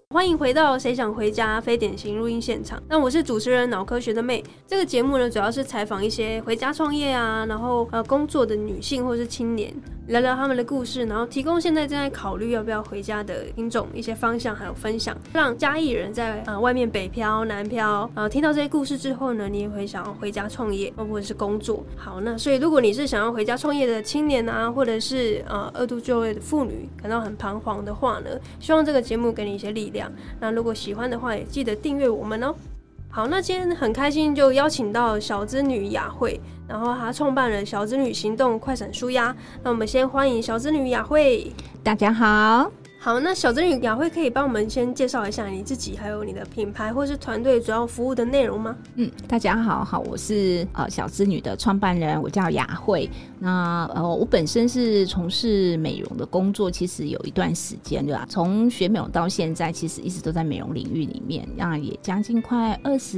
欢迎回到谁想回家非典型录音现场。那我是主持人脑科学的妹。这个节目呢，主要是采访一些回家创业啊，然后工作的女性或是青年，聊聊他们的故事，然后提供现在正在考虑要不要回家的听众一些方向还有分享，让嘉义人在外面北漂南漂听到这些故事之后呢，你也会想要回家创业或者是工作。好，那所以如果你是想要回家创业的青年啊，或者是二度就业的妇女，感到很彷徨的话呢，希望这个节目给你一些力量。那如果喜欢的话，也记得订阅我们哦。好，那今天很开心就邀请到小资女雅慧，然后她创办了小资女行动快闪舒压。那我们先欢迎小资女雅慧。 大家好。 好，那小资女雅慧可以帮我们先介绍一下你自己还有你的品牌或是团队主要服务的内容吗？ 大家好，我是小资女的创办人，我叫雅慧。那我本身是从事美容的工作，其实有一段时间对吧？从学美容到现在，其实一直都在美容领域里面，那也将近快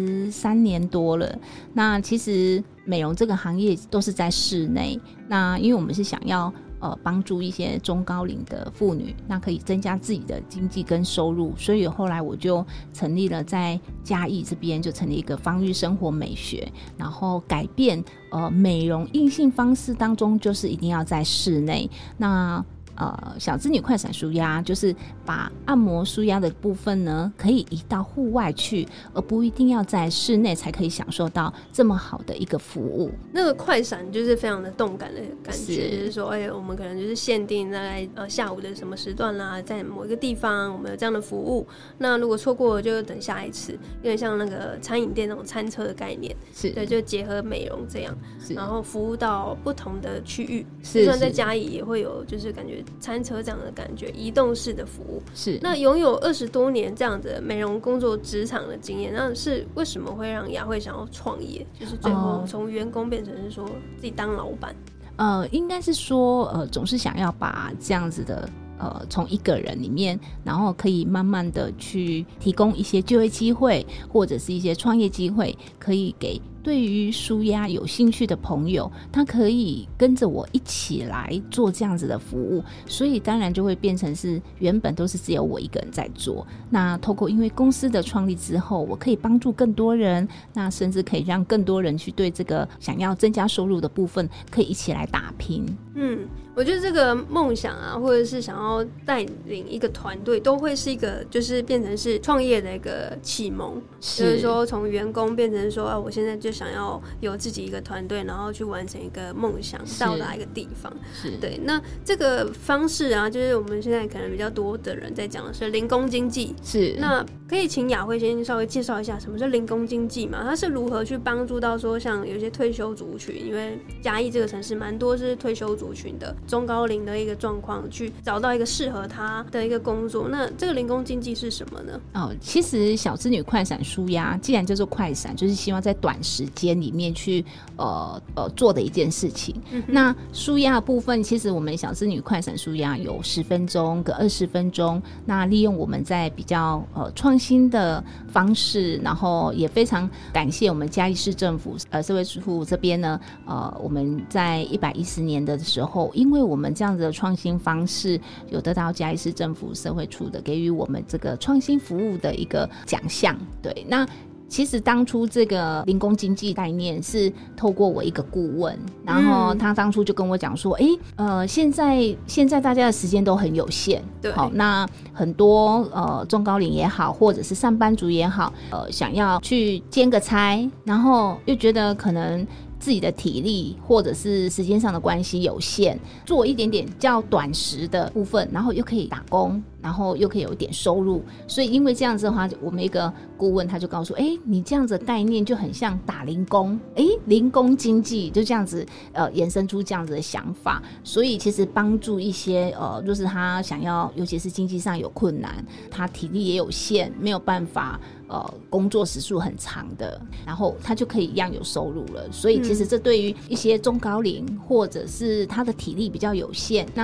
23年多了。那其实美容这个行业都是在室内，那因为我们是想要帮助一些中高龄的妇女，那可以增加自己的经济跟收入，所以后来我就成立了在嘉义这边就成立一个芳玉生活美学，然后改变美容硬性方式当中就是一定要在室内。那小资女快闪舒压就是把按摩舒压的部分呢可以移到户外去，而不一定要在室内才可以享受到这么好的一个服务。 那个快闪就是非常的动感的感觉，就是说我们可能就是限定大概下午的什么时段啦，在某一个地方我们有这样的服务，那如果错过了就等下一次，有点像那个餐饮店那种餐车的概念，是对，就结合美容这样，然后服务到不同的区域，就算在嘉义也会有就是感觉餐车这样的感觉，移动式的服务。是，那拥有20多年这样的美容工作职场的经验，那是为什么会让雅慧想要创业，就是最后从员工变成是说自己当老板？ 应该是说总是想要把这样子的从一个人里面，然后可以慢慢的去提供一些就业机会或者是一些创业机会，可以给对于舒压有兴趣的朋友，他可以跟着我一起来做这样子的服务，所以当然就会变成是原本都是只有我一个人在做，那透过因为公司的创立之后，我可以帮助更多人，那甚至可以让更多人去对这个想要增加收入的部分可以一起来打拼。 我觉得这个梦想啊，或者是想要带领一个团队，都会是一个就是变成是创业的一个启蒙，就是说从员工变成说我现在就想要有自己一个团队，然后去完成一个梦想，到达一个地方。对，那这个方式啊，就是我们现在可能比较多的人在讲的是零工经济。是，那可以请雅慧先稍微介绍一下什么是零工经济嘛？它是如何去帮助到说像有些退休族群，因为嘉义这个城市蛮多是退休族群的中高龄的一个状况，去找到一个适合他的一个工作。那这个零工经济是什么呢？ 其实小资女快闪舒压既然叫做快闪，就是希望在短时间里面去做的一件事情。那舒压的部分，其实我们小资女快闪舒压有10分钟跟20分钟，那利用我们在比较创新的方式，然后也非常感谢我们嘉义市政府社会处这边呢，我们在110年的时候，因为我们这样子的创新方式有得到嘉义市政府社会处的给予我们这个创新服务的一个奖项。对，那其实当初这个零工经济概念是透过我一个顾问，然后他当初就跟我讲说现在大家的时间都很有限，对，好，那很多中高龄也好，或者是上班族也好，想要去兼个差，然后又觉得可能自己的体力或者是时间上的关系有限，做一点点较短时的部分，然后又可以打工，然后又可以有一点收入。所以因为这样子的话，我们一个顾问他就告诉你这样子的概念就很像打零工，零工经济就这样子衍生出这样子的想法。所以其实帮助一些就是他想要，尤其是经济上有困难，他体力也有限，没有办法工作时数很长的，然后他就可以一样有收入了。所以其实这对于一些中高龄或者是他的体力比较有限，那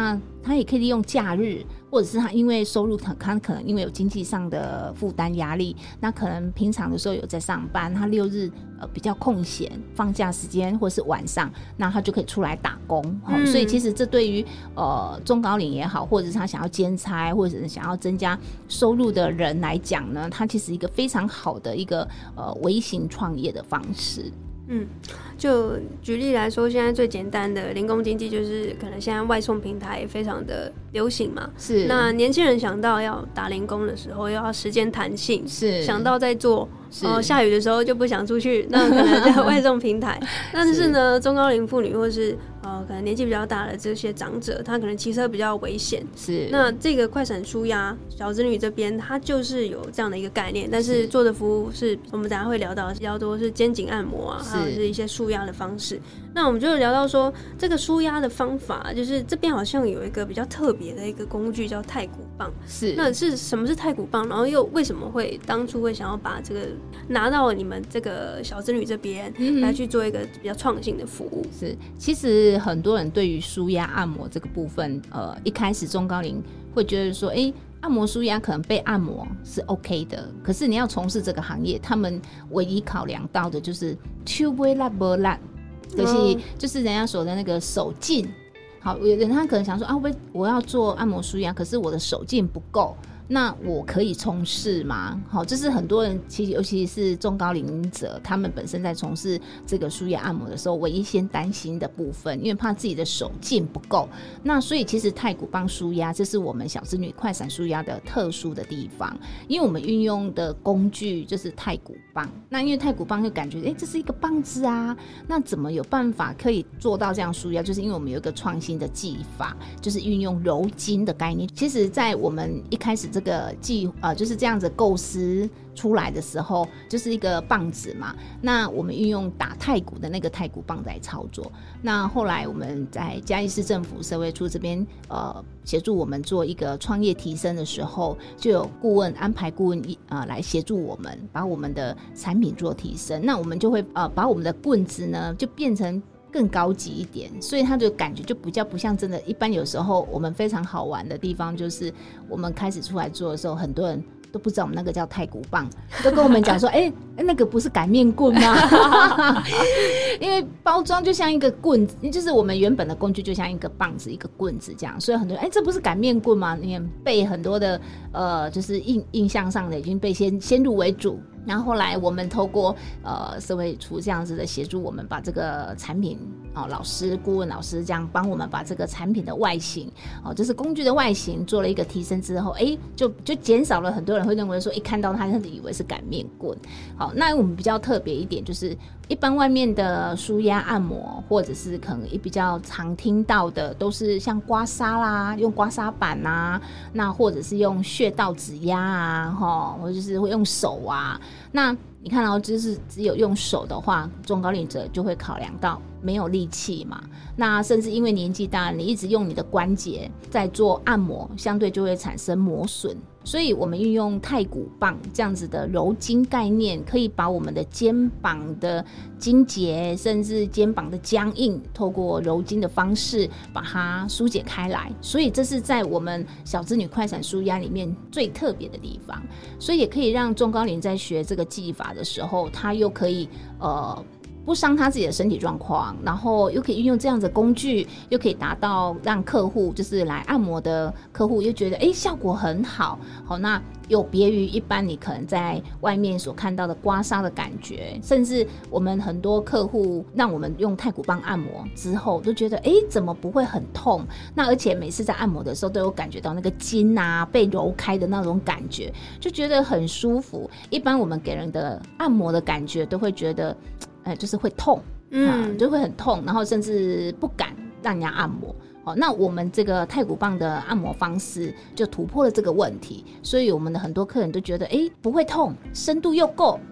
他也可以利用假日，或者是他因为收入他可能因为有经济上的负担压力，那可能平常的时候有在上班，他6日比较空闲，放假时间或者是晚上，那他就可以出来打工。所以其实这对于中高龄也好，或者是他想要兼差或者是想要增加收入的人来讲呢，它其实一个非常好的一个微型创业的方式。 就举例来说，现在最简单的零工经济就是可能现在外送平台也非常的流行嘛。 是。那年轻人想到要打零工的时候，又要时间弹性， 是。 想到在做下雨的时候就不想出去，那可能在外送平台。但是呢，中高龄妇女或是可能年纪比较大的这些长者，他可能骑车比较危险。 是。 那这个快闪舒压小资女这边，它就是有这样的一个概念，但是做的服务是我们等一下会聊到比较多是肩颈按摩啊，还有是一些舒压的方式。那我们就聊到说，这个舒压的方法，就是这边好像有一个比较特别的一个工具叫太鼓棒。 是。 那是什么是太鼓棒？然后又为什么会当初会想要把这个拿到你们这个小资女这边来去做一个比较创新的服务？ 是。其实很多人对于舒压按摩这个部分，一开始中高龄会觉得说，按摩舒压可能被按摩是 OK 的，可是你要从事这个行业，他们唯一考量到的就是手不辣不辣，就是人家说的那个手劲。好，有人他可能想说我要做按摩舒压，可是我的手劲不够，那我可以从事吗？好，这是很多人其实尤其是中高龄者，他们本身在从事这个舒压按摩的时候，唯一先担心的部分，因为怕自己的手劲不够。那所以其实太鼓棒舒压，这是我们小资女快闪舒压的特殊的地方，因为我们运用的工具就是太鼓棒。那因为太鼓棒就感觉这是一个棒子啊，那怎么有办法可以做到这样舒压？就是因为我们有一个创新的技法，就是运用柔筋的概念。其实在我们一开始这个就是这样子构思出来的时候，就是一个棒子嘛，那我们运用打太鼓的那个太鼓棒来操作。那后来我们在嘉义市政府社会处这边协助我们做一个创业提升的时候，就有安排顾问来协助我们把我们的产品做提升。那我们就会把我们的棍子呢就变成更高级一点，所以它的感觉就比较不像真的一般。有时候我们非常好玩的地方就是我们开始出来做的时候，很多人都不知道我们那个叫太鼓棒，都跟我们讲说那个不是擀面棍吗？因为包装就像一个棍子，就是我们原本的工具就像一个棒子一个棍子这样，所以很多人这不是擀面棍吗？你被很多的就是印象上的已经被先入为主。然后后来我们透过社会处这样子的协助，我们把这个产品顾问老师这样帮我们把这个产品的外形就是工具的外形做了一个提升之后，就减少了很多人会认为说一看到它就以为是擀面棍。好，那我们比较特别一点，就是一般外面的舒压按摩或者是可能比较常听到的都是像刮痧啦，用刮痧板啊，那或者是用穴道指压啊，或者就是会用手啊。那你看到就是只有用手的话，中高龄者就会考量到没有力气嘛，那甚至因为年纪大，你一直用你的关节在做按摩，相对就会产生磨损。所以我们运用太鼓棒这样子的柔筋概念，可以把我们的肩膀的筋结甚至肩膀的僵硬，透过柔筋的方式把它疏解开来。所以这是在我们小资女快闪舒压里面最特别的地方，所以也可以让中高龄在学这个技法的时候，他又可以不伤他自己的身体状况，然后又可以运用这样的工具，又可以达到让客户就是来按摩的客户又觉得效果很好。好，那有别于一般你可能在外面所看到的刮痧的感觉，甚至我们很多客户让我们用太鼓棒按摩之后都觉得怎么不会很痛，那而且每次在按摩的时候都有感觉到那个筋被揉开的那种感觉，就觉得很舒服。一般我们给人的按摩的感觉都会觉得就是会痛，就会很痛，然后甚至不敢让人家按摩。那我们这个太鼓棒的按摩方式就突破了这个问题，所以我们的很多客人都觉得不会痛，深度又够，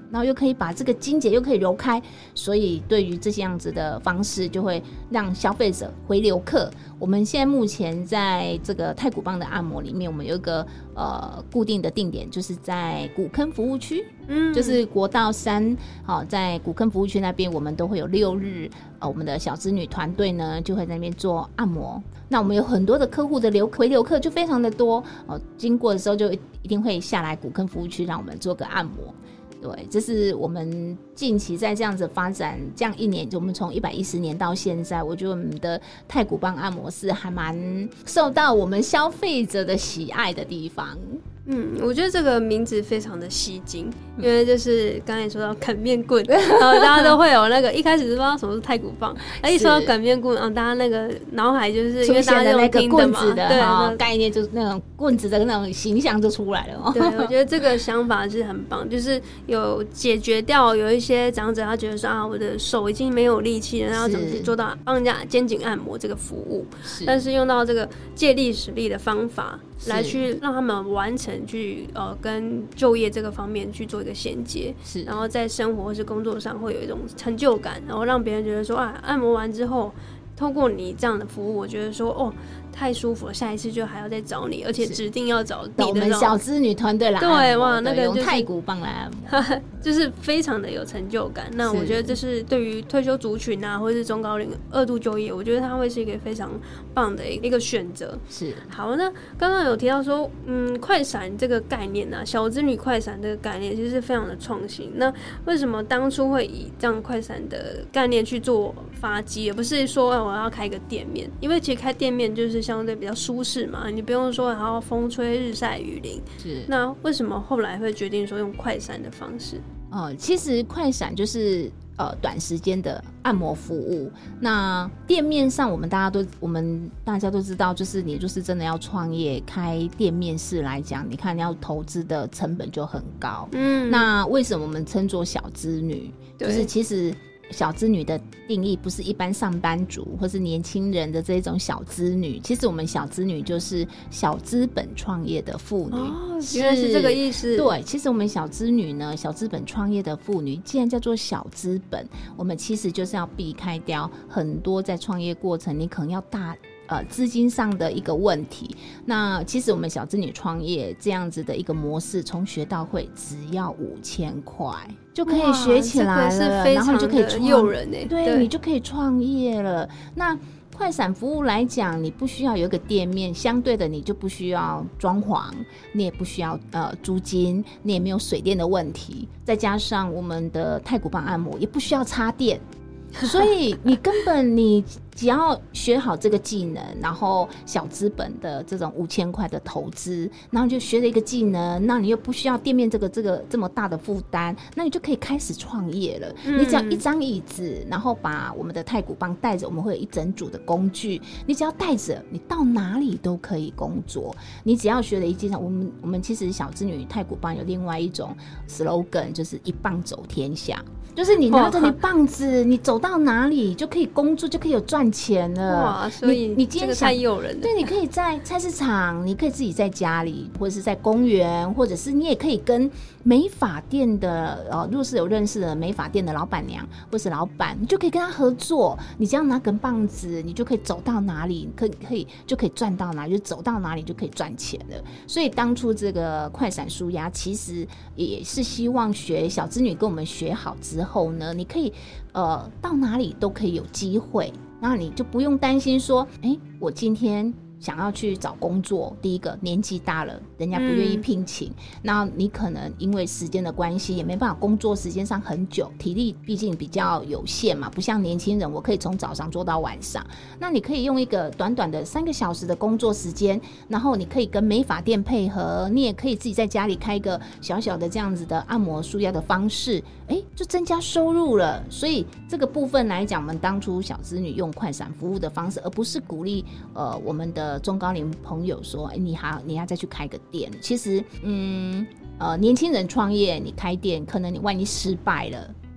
然后又可以把这个筋结又可以揉开，所以对于这样子的方式就会让消费者回流客。我们现在目前在这个太古棒的按摩里面，我们有一个固定的定点，就是在古坑服务区，就是国道3，在古坑服务区那边，我们都会有6日，我们的小资女团队呢就会在那边做按摩。那我们有很多的客户的回流客就非常的多，经过的时候就一定会下来古坑服务区让我们做个按摩。对，这是我们近期在这样子发展，这样1年，我们从110年到现在，我觉得我们的太古棒按摩是还蛮受到我们消费者的喜爱的地方。 我觉得这个名字非常的吸睛，因为就是刚才也说到擀面棍，然后大家都会有那个一开始是不知道什么是太古棒，一说到擀面棍，大家那个脑海就是因为大家用听的嘛， 出现的那个棍子的概念，就是那种棍子的那种形象就出来了。 对，我觉得这个想法是很棒，就是有解决掉有一些长者他觉得说我的手已经没有力气了，然后怎么去做到帮人家肩颈按摩这个服务，但是用到这个借力使力的方法来去让他们完成去跟就业这个方面去做一个衔接，然后在生活或是工作上会有一种成就感，然后让别人觉得说按摩完之后透过你这样的服务，我觉得说太舒服了，下一次就还要再找你，而且指定要找你的我们小资女团队来按摩， 对哇，那个用太古棒来按摩就是非常的有成就感。那我觉得这是对于退休族群或是中高龄2度就业，我觉得它会是一个非常棒的一个选择。 是好，那刚刚有提到说快闪这个概念小资女快闪这个概念其实是非常的创新。那为什么当初会以这样快闪的概念去做发迹，而不是说我要开一个店面？因为其实开店面就是相对比较舒适嘛，你不用说还要风吹日晒雨淋。是，那为什么后来会决定说用快闪的方式？ 其实快闪就是短时间的按摩服务。那店面上我们大家都知道，就是你就是真的要创业开店面式来讲，你看你要投资的成本就很高。那为什么我们称作小资女？就是其实小资女的定义不是一般上班族或是年轻人的这种小资女，其实我们小资女就是小资本创业的妇女。 原来是这个意思。 对，其实我们小资女呢，小资本创业的妇女，既然叫做小资本，我们其实就是要避开掉很多在创业过程你可能要资金上的一个问题。那其实我们小资女创业这样子的一个模式，从学到会只要5000块就可以学起来了，然后你就可以诱人对，你就可以创业了。那快闪服务来讲，你不需要有一个店面，相对的你就不需要装潢，你也不需要租金，你也没有水电的问题，再加上我们的太古棒按摩也不需要插电，所以你根本你只要学好这个技能，然后小资本的这种5000块的投资，然后就学了一个技能，那你又不需要店面这个这么大的负担，那你就可以开始创业了。你只要一张椅子，然后把我们的太古棒带着，我们会有一整组的工具，你只要带着，你到哪里都可以工作。你只要学了一技能，我们其实小资女太古棒有另外一种 slogan， 就是一棒走天下。就是你拿着你棒子，你走到哪里就可以工作，就可以有赚钱了。 哇，所以你今天太诱人了。 对，你可以在菜市场，你可以自己在家里，或者是在公园，或者是你也可以跟美发店的如果是有认识的美发店的老板娘或是老板，你就可以跟他合作。你只要拿根棒子，你就可以走到哪里，就可以赚到哪里，就走到哪里就可以赚钱了。所以当初这个快闪舒压，其实也是希望小资女跟我们学好之后呢，你可以到哪里都可以有机会，然后你就不用担心说，我今天想要去找工作，第一个年纪大了，人家不愿意聘请，那你可能因为时间的关系也没办法工作时间上很久，体力毕竟比较有限嘛，不像年轻人我可以从早上做到晚上。那你可以用一个短短的3个小时的工作时间，然后你可以跟美发店配合，你也可以自己在家里开一个小小的这样子的按摩舒压的方式，就增加收入了。所以这个部分来讲，我们当初小资女用快闪服务的方式，而不是鼓励我们的中高龄朋友说你要再去开个店。其实年轻人创业你开店，可能你万一失败了，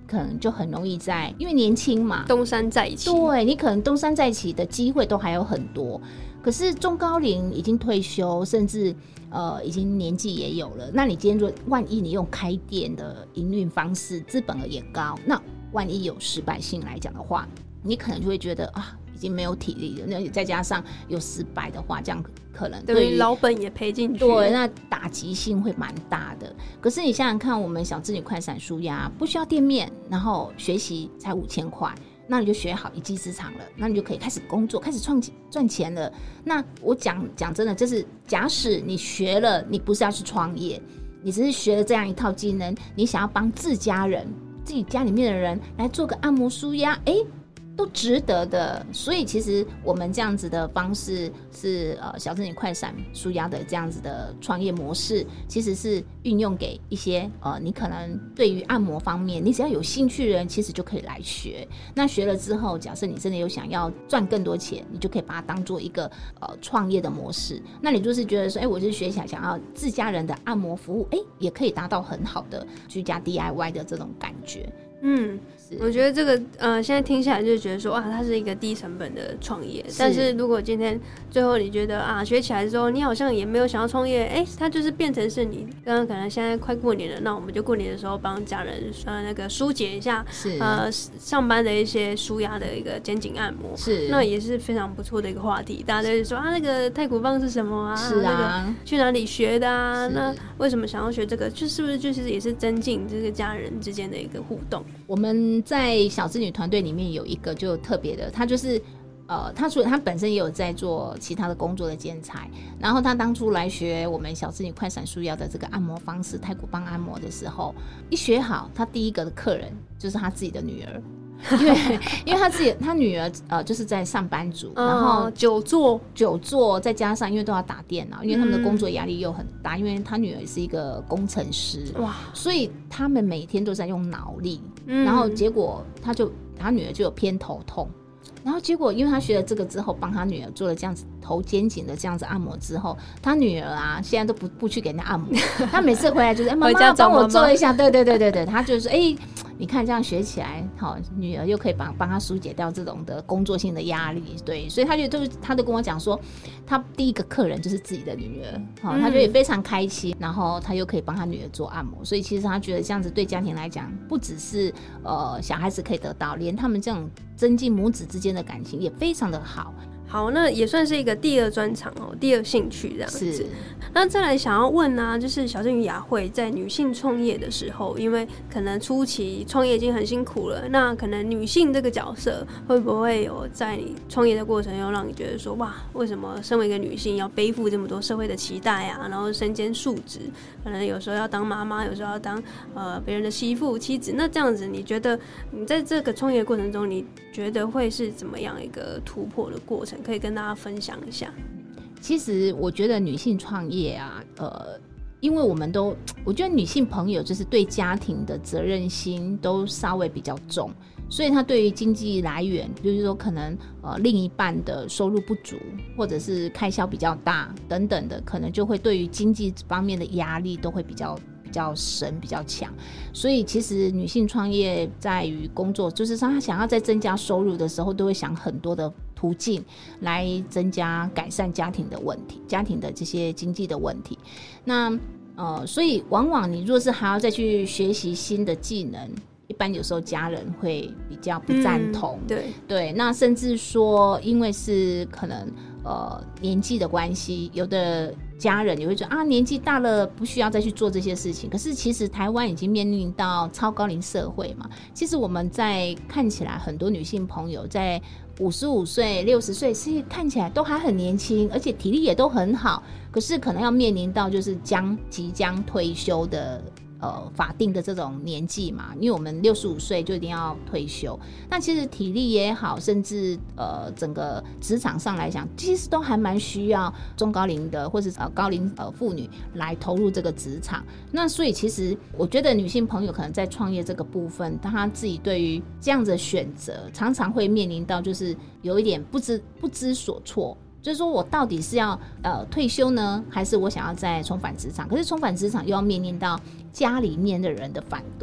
可能就很容易因为年轻嘛， 东山再起， 对，你可能东山再起的机会都还有很多。可是中高龄已经退休，甚至已经年纪也有了，那你今天如果万一你用开店的营运方式，资本额也高，那万一有失败性来讲的话，你可能就会觉得啊，已经没有体力了，那再加上有失败的话，这样可能对于老本也赔进去， 对，那打击性会蛮大的。可是你想想看，我们小资女快闪舒压不需要店面，然后学习才5000块，那你就学好一技之长了，那你就可以开始工作，开始赚钱了。那我讲真的，就是假使你学了，你不是要去创业，你只是学了这样一套技能，你想要帮自家人、自己家里面的人来做个按摩舒压，都值得的。所以其实我们这样子的方式是小资女快闪舒压的这样子的创业模式，其实是运用给一些你可能对于按摩方面你只要有兴趣的人，其实就可以来学。那学了之后，假设你真的有想要赚更多钱，你就可以把它当做一个创业的模式。那你就是觉得说我是学想要自家人的按摩服务，也可以达到很好的居家 DIY 的这种感觉。 我觉得这个现在听下来就觉得说它是一个低成本的创业，但是如果今天最后你觉得学起来之后你好像也没有想要创业，它就是变成是你刚刚可能现在快过年了，那我们就过年的时候帮家人那个疏解一下上班的一些舒压的一个肩颈按摩，是那也是非常不错的一个话题。大家都会说那个太鼓棒是什么啊？是啊，那个去哪里学的啊？那为什么想要学这个？就是不是就是也是增进这个家人之间的一个互动？ 我们在小资女团队里面有一个就特别的，他就是他除了他本身也有在做其他的工作的兼差，然后他当初来学我们小资女快闪舒压的这个按摩方式太鼓棒按摩的时候，一学好，他第一个的客人就是他自己的女儿。因为他女儿就是在上班族，然后久坐，再加上因为都要打电脑，因为他们的工作压力又很大，因为他女儿是一个工程师，所以他们每天都在用脑力，然后结果他女儿就有偏头痛，然后结果因为他学了这个之后，帮他女儿做了这样子头肩颈的这样子按摩之后，他女儿现在都不去给人家按摩，他每次回来就是妈妈帮我做一下，对，他就是你看这样学起来，女儿又可以帮他疏解掉这种的工作性的压力，对，所以他就跟我讲说，他第一个客人就是自己的女儿，他觉得也非常开心，然后他又可以帮他女儿做按摩，所以其实他觉得这样子对家庭来讲，不只是小孩子可以得到，连他们这种增进母子之间的感情也非常的好。 好，那也算是一个第二专长第二兴趣这样子。是，那再来想要问就是小资女雅慧在女性创业的时候，因为可能初期创业已经很辛苦了，那可能女性这个角色会不会有在你创业的过程又让你觉得说，哇，为什么身为一个女性要背负这么多社会的期待然后身兼数职，可能有时候要当妈妈，有时候要当别人的媳妇、妻子，那这样子你觉得你在这个创业过程中，你觉得会是怎么样一个突破的过程？可以跟大家分享一下。 其实我觉得女性创业因为我觉得女性朋友就是对家庭的责任心都稍微比较重，所以她对于经济来源，比如说可能另一半的收入不足，或者是开销比较大等等的，可能就会对于经济方面的压力都会比较深比较强。所以其实女性创业在于工作，就是她想要在增加收入的时候，都会想很多的途径来增加改善家庭的问题，家庭的这些经济的问题。那所以往往你若是还要再去学习新的技能，一般有时候家人会比较不赞同，对，那甚至说因为是可能年纪的关系，有的家人也会觉得年纪大了不需要再去做这些事情。可是其实台湾已经面临到超高龄社会嘛，其实我们在看起来很多女性朋友在55岁60岁是看起来都还很年轻，而且体力也都很好，可是可能要面临到就是即将退休的法定的这种年纪嘛，因为我们65岁就一定要退休，那其实体力也好，甚至整个职场上来讲，其实都还蛮需要中高龄的或是高龄妇女来投入这个职场。那所以其实我觉得女性朋友可能在创业这个部分，她自己对于这样的选择常常会面临到就是有一点不知所措，就是说我到底是要退休呢，还是我想要再重返职场？可是重返职场又要面临到家里面的人的反对，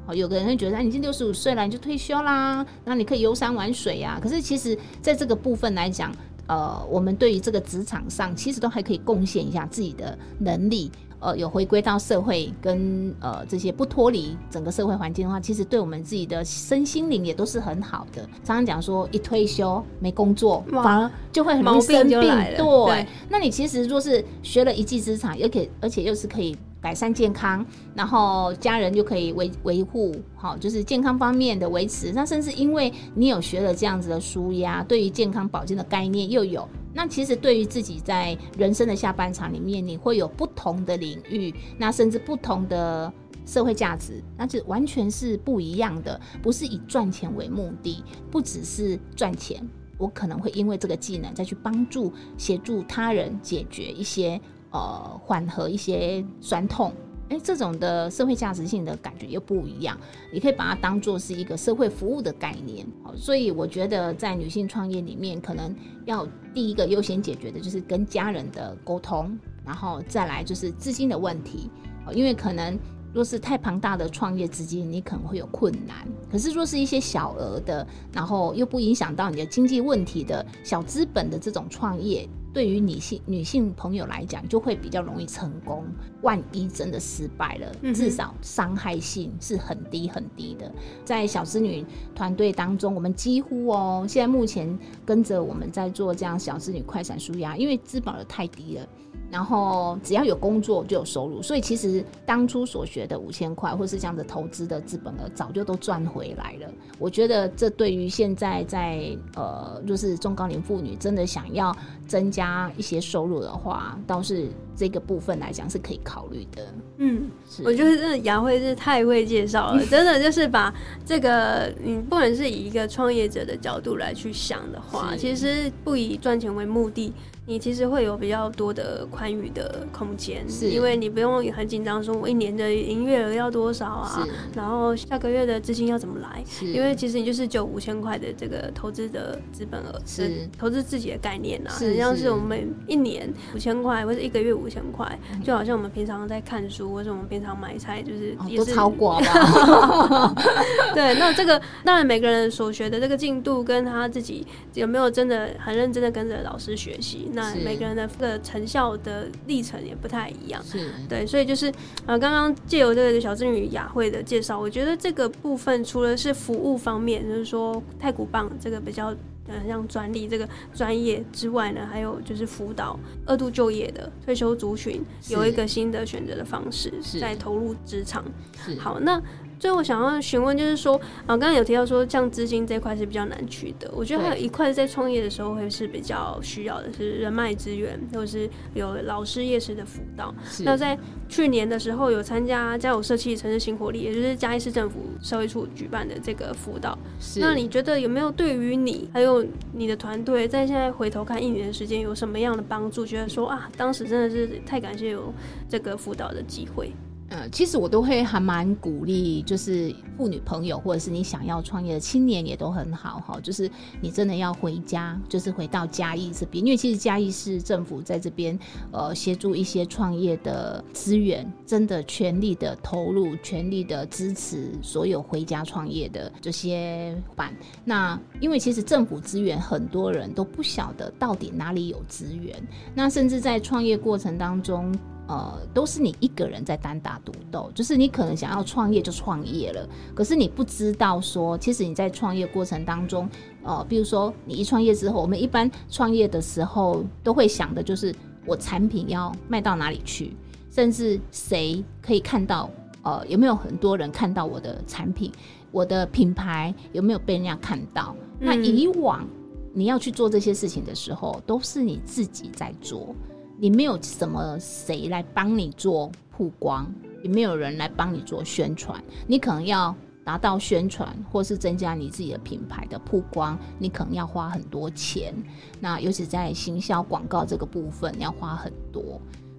有个人会觉得你已经65岁了，你就退休啦，那你可以游山玩水啊。可是其实在这个部分来讲，我们对于这个职场上其实都还可以贡献一下自己的能力，有回归到社会跟这些不脱离整个社会环境的话，其实对我们自己的身心灵也都是很好的。常常讲说一退休没工作反而就会很容易生病，对，那你其实若是学了一技之长，而且又是可以改善健康，然后家人就可以维护好，就是健康方面的维持。那甚至因为你有学了这样子的舒压，对于健康保健的概念又有，那其实对于自己在人生的下半场里面，你会有不同的领域，那甚至不同的社会价值，那就完全是不一样的，不是以赚钱为目的，不只是赚钱，我可能会因为这个技能再去帮助协助他人解决一些缓和一些酸痛，这种的社会价值性的感觉又不一样，你可以把它当作是一个社会服务的概念。所以我觉得在女性创业里面，可能要第一个优先解决的就是跟家人的沟通，然后再来就是资金的问题，因为可能若是太庞大的创业资金，你可能会有困难。可是若是一些小额的，然后又不影响到你的经济问题的小资本的这种创业，对于女性朋友来讲就会比较容易成功。万一真的失败了，至少伤害性是很低很低的。在小资女团队当中，我们几乎现在目前跟着我们在做这样小资女快闪舒压，因为资本额太低了，然后只要有工作就有收入，所以其实当初所学的5000块或是这样的投资的资本额早就都赚回来了。我觉得这对于现在在就是中高龄妇女真的想要增加一些收入的话，倒是这个部分来讲是可以考虑的。 我觉得真的雅慧是太会介绍了，真的就是把这个你不管是以一个创业者的角度来去想的话，其实不以赚钱为目的，你其实会有比较多的宽裕的空间，因为你不用很紧张说我一年的营业额要多少啊，然后下个月的资金要怎么来，因为其实你就是就5000块的这个投资的资本额，是投资自己的概念啊，很像是我们一年5000块或者一个月5000块，就好像我们平常在看书或者我们平常买菜，就是也是都超过吧对，那这个当然每个人所学的这个进度跟他自己有没有真的很认真的跟着老师学习，那每个人的这个成效的历程也不太一样，对，所以就是刚刚借由这个小资女雅慧的介绍，我觉得这个部分除了是服务方面，就是说太鼓棒这个比较像专利这个专业之外呢，还有就是辅导2度就业的退休族群有一个新的选择的方式，在投入职场。好，那最后想要询问就是说刚刚有提到说像资金这块是比较难取得，我觉得还有一块在创业的时候会是比较需要的是人脉资源，或者是有老师业师的辅导。那在去年的时候有参加家有社企城市新活力，也就是嘉义市政府社会处举办的这个辅导，那你觉得有没有对于你还有你的团队在现在回头看1年的时间有什么样的帮助，觉得说当时真的是太感谢有这个辅导的机会？ 其实我都会还蛮鼓励，就是妇女朋友或者是你想要创业的青年也都很好，就是你真的要回家，就是回到嘉义这边，因为其实嘉义市政府在这边协助一些创业的资源，真的全力的投入，全力的支持所有回家创业的这些伙伴。那因为其实政府资源很多人都不晓得到底哪里有资源，那甚至在创业过程当中都是你一个人在单打独斗，就是你可能想要创业就创业了，可是你不知道说其实你在创业过程当中比如说你一创业之后，我们一般创业的时候都会想的就是我产品要卖到哪里去，甚至谁可以看到有没有很多人看到我的产品，我的品牌有没有被人家看到。那以往你要去做这些事情的时候都是你自己在做，你没有什么谁来帮你做曝光，也没有人来帮你做宣传，你可能要达到宣传或是增加你自己的品牌的曝光，你可能要花很多钱，那尤其在行销广告这个部分要花很多。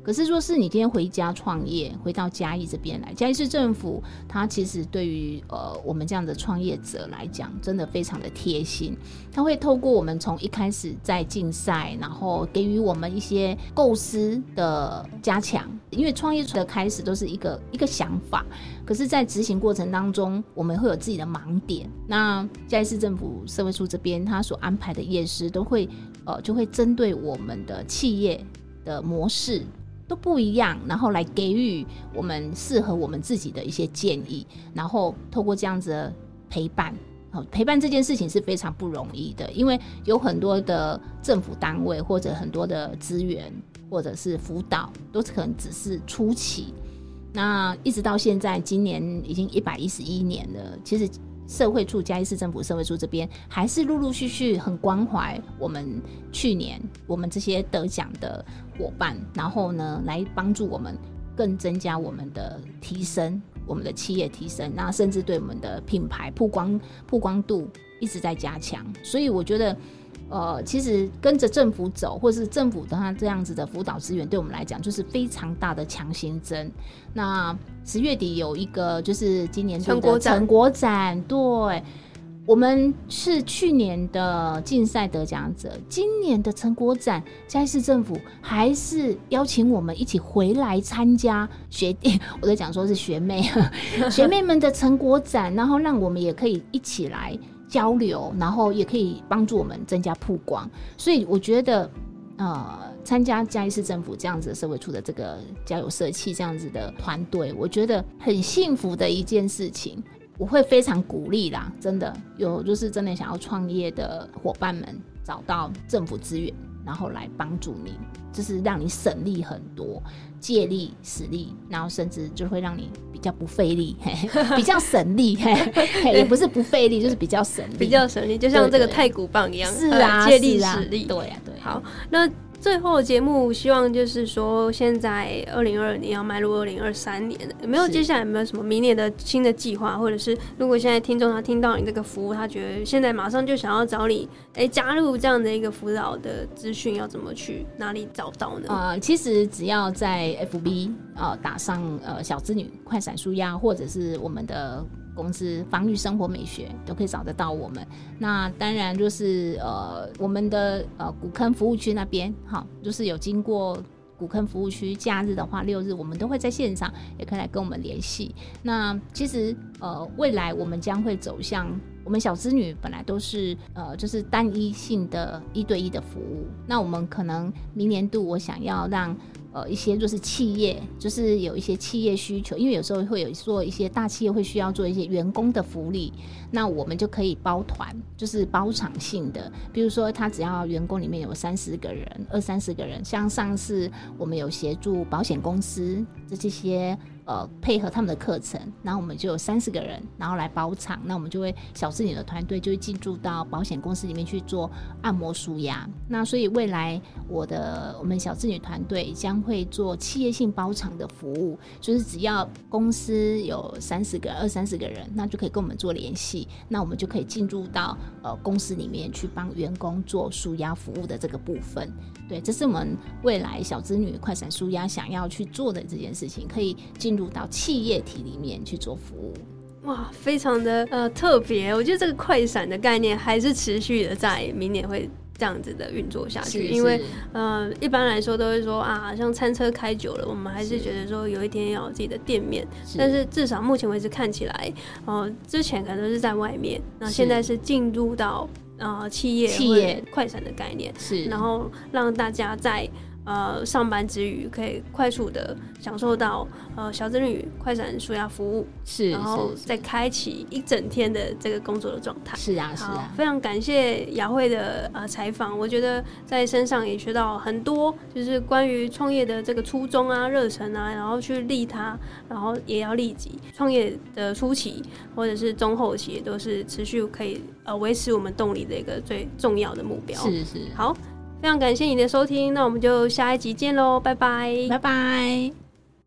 可是说是你今天回家创业，回到嘉义这边来，嘉义市政府它其实对于我们这样的创业者来讲，真的非常的贴心。它会透过我们从一开始在竞赛，然后给予我们一些构思的加强，因为创业的开始都是一个想法，可是在执行过程当中，我们会有自己的盲点。那嘉义市政府社会处这边，他所安排的业师都会就会针对我们的企业的模式都不一样，然后来给予我们适合我们自己的一些建议，然后透过这样子的陪伴这件事情是非常不容易的，因为有很多的政府单位或者很多的资源或者是辅导都可能只是初期，那一直到现在今年已经111年了，其实社会处嘉义市政府社会处这边还是陆陆续续很关怀我们去年我们这些得奖的伙伴，然后呢来帮助我们更增加我们的提升，我们的企业提升，那甚至对我们的品牌曝光度一直在加强。所以我觉得其实跟着政府走，或是政府的这样子的辅导资源，对我们来讲就是非常大的强心针。那10月底有一个就是今年度的成果展，对，我们是去年的竞赛得奖者，今年的成果展，嘉义市政府还是邀请我们一起回来参加我在讲说是学妹们的成果展，然后让我们也可以一起来交流，然后也可以帮助我们增加曝光。所以我觉得参加嘉义市政府这样子的社会处的这个交友社企这样子的团队，我觉得很幸福的一件事情，我会非常鼓励啦，真的有就是真的想要创业的伙伴们找到政府资源，然后来帮助你，就是让你省力很多，借力使力，然后甚至就会让你比较不费力，比较省力，也不是不费力，就是比较省力， 比较省力，就像这个太鼓棒一样， 是啊， 借力使力， 对啊，对。 好，那最后的节目希望就是说，现在2022年要迈入2023年了，有没有接下来有没有什么明年的新的计划，或者是如果现在听众他听到你这个服务，他觉得现在马上就想要找你加入这样的一个辅导的资讯，要怎么去哪里找到呢？ 其实只要在 FB 打上小资女快闪舒压，或者是我们的公司防御生活美学，都可以找得到我们。那当然就是我们的古坑服务区那边，就是有经过古坑服务区，假日的话6日我们都会在现场，也可以来跟我们联系。那其实未来我们将会走向，我们小资女本来都是就是单一性的1对1的服务，那我们可能明年度我想要让一些就是企业，就是有一些企业需求，因为有时候会有做一些大企业会需要做一些员工的福利，那我们就可以包团，就是包场性的，比如说他只要员工里面有30个人20-30个人，像上次我们有协助保险公司这些配合他们的课程，然后我们就有30个人，然后来包场，那我们就会小资女的团队就会进驻到保险公司里面去做按摩舒压。那所以未来我们小资女团队将会做企业性包场的服务，就是只要公司有20-30个人，那就可以跟我们做联系，那我们就可以进入到公司里面去帮员工做舒压服务的这个部分。对，这是我们未来小资女快闪舒压想要去做的这件事情，可以进入到企业体里面去做服务。 哇，非常的特别，我觉得这个快闪的概念还是持续的在明年会这样子的运作下去，因为一般来说都会说像餐车开久了，我们还是觉得说有一天要有自己的店面，但是至少目前为止看起来之前可能都是在外面，那现在是进入到企业快闪的概念，是，然后让大家在上班之余可以快速的享受到小资女快闪舒压服务，是，然后再开启一整天的这个工作的状态。是啊，是啊。非常感谢雅慧的采访，我觉得在身上也学到很多，就是关于创业的这个初衷啊、热忱啊，然后去利他，然后也要利己。创业的初期或者是中后期，都是持续可以维持我们动力的一个最重要的目标。是是。好。非常感谢你的收听，那我们就下一集见咯，拜拜，拜拜。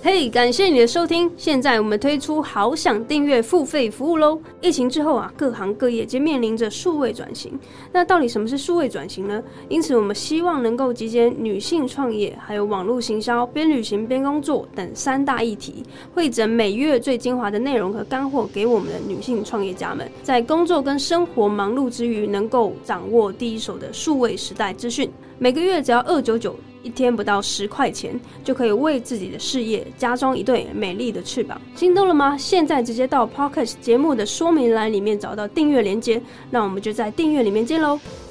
嘿，感谢你的收听。现在我们推出好想订阅付费服务咯。疫情之后各行各业皆面临着数位转型。那到底什么是数位转型呢？因此我们希望能够集结女性创业还有网络行销、边旅行边工作等3大议题，汇整每月最精华的内容和干货给我们的女性创业家们，在工作跟生活忙碌之余，能够掌握第一手的数位时代资讯。每个月只要299，一天不到10块钱，就可以为自己的事业加装一对美丽的翅膀。心动了吗？现在直接到 Podcast 节目的说明栏里面找到订阅连结，那我们就在订阅里面见咯。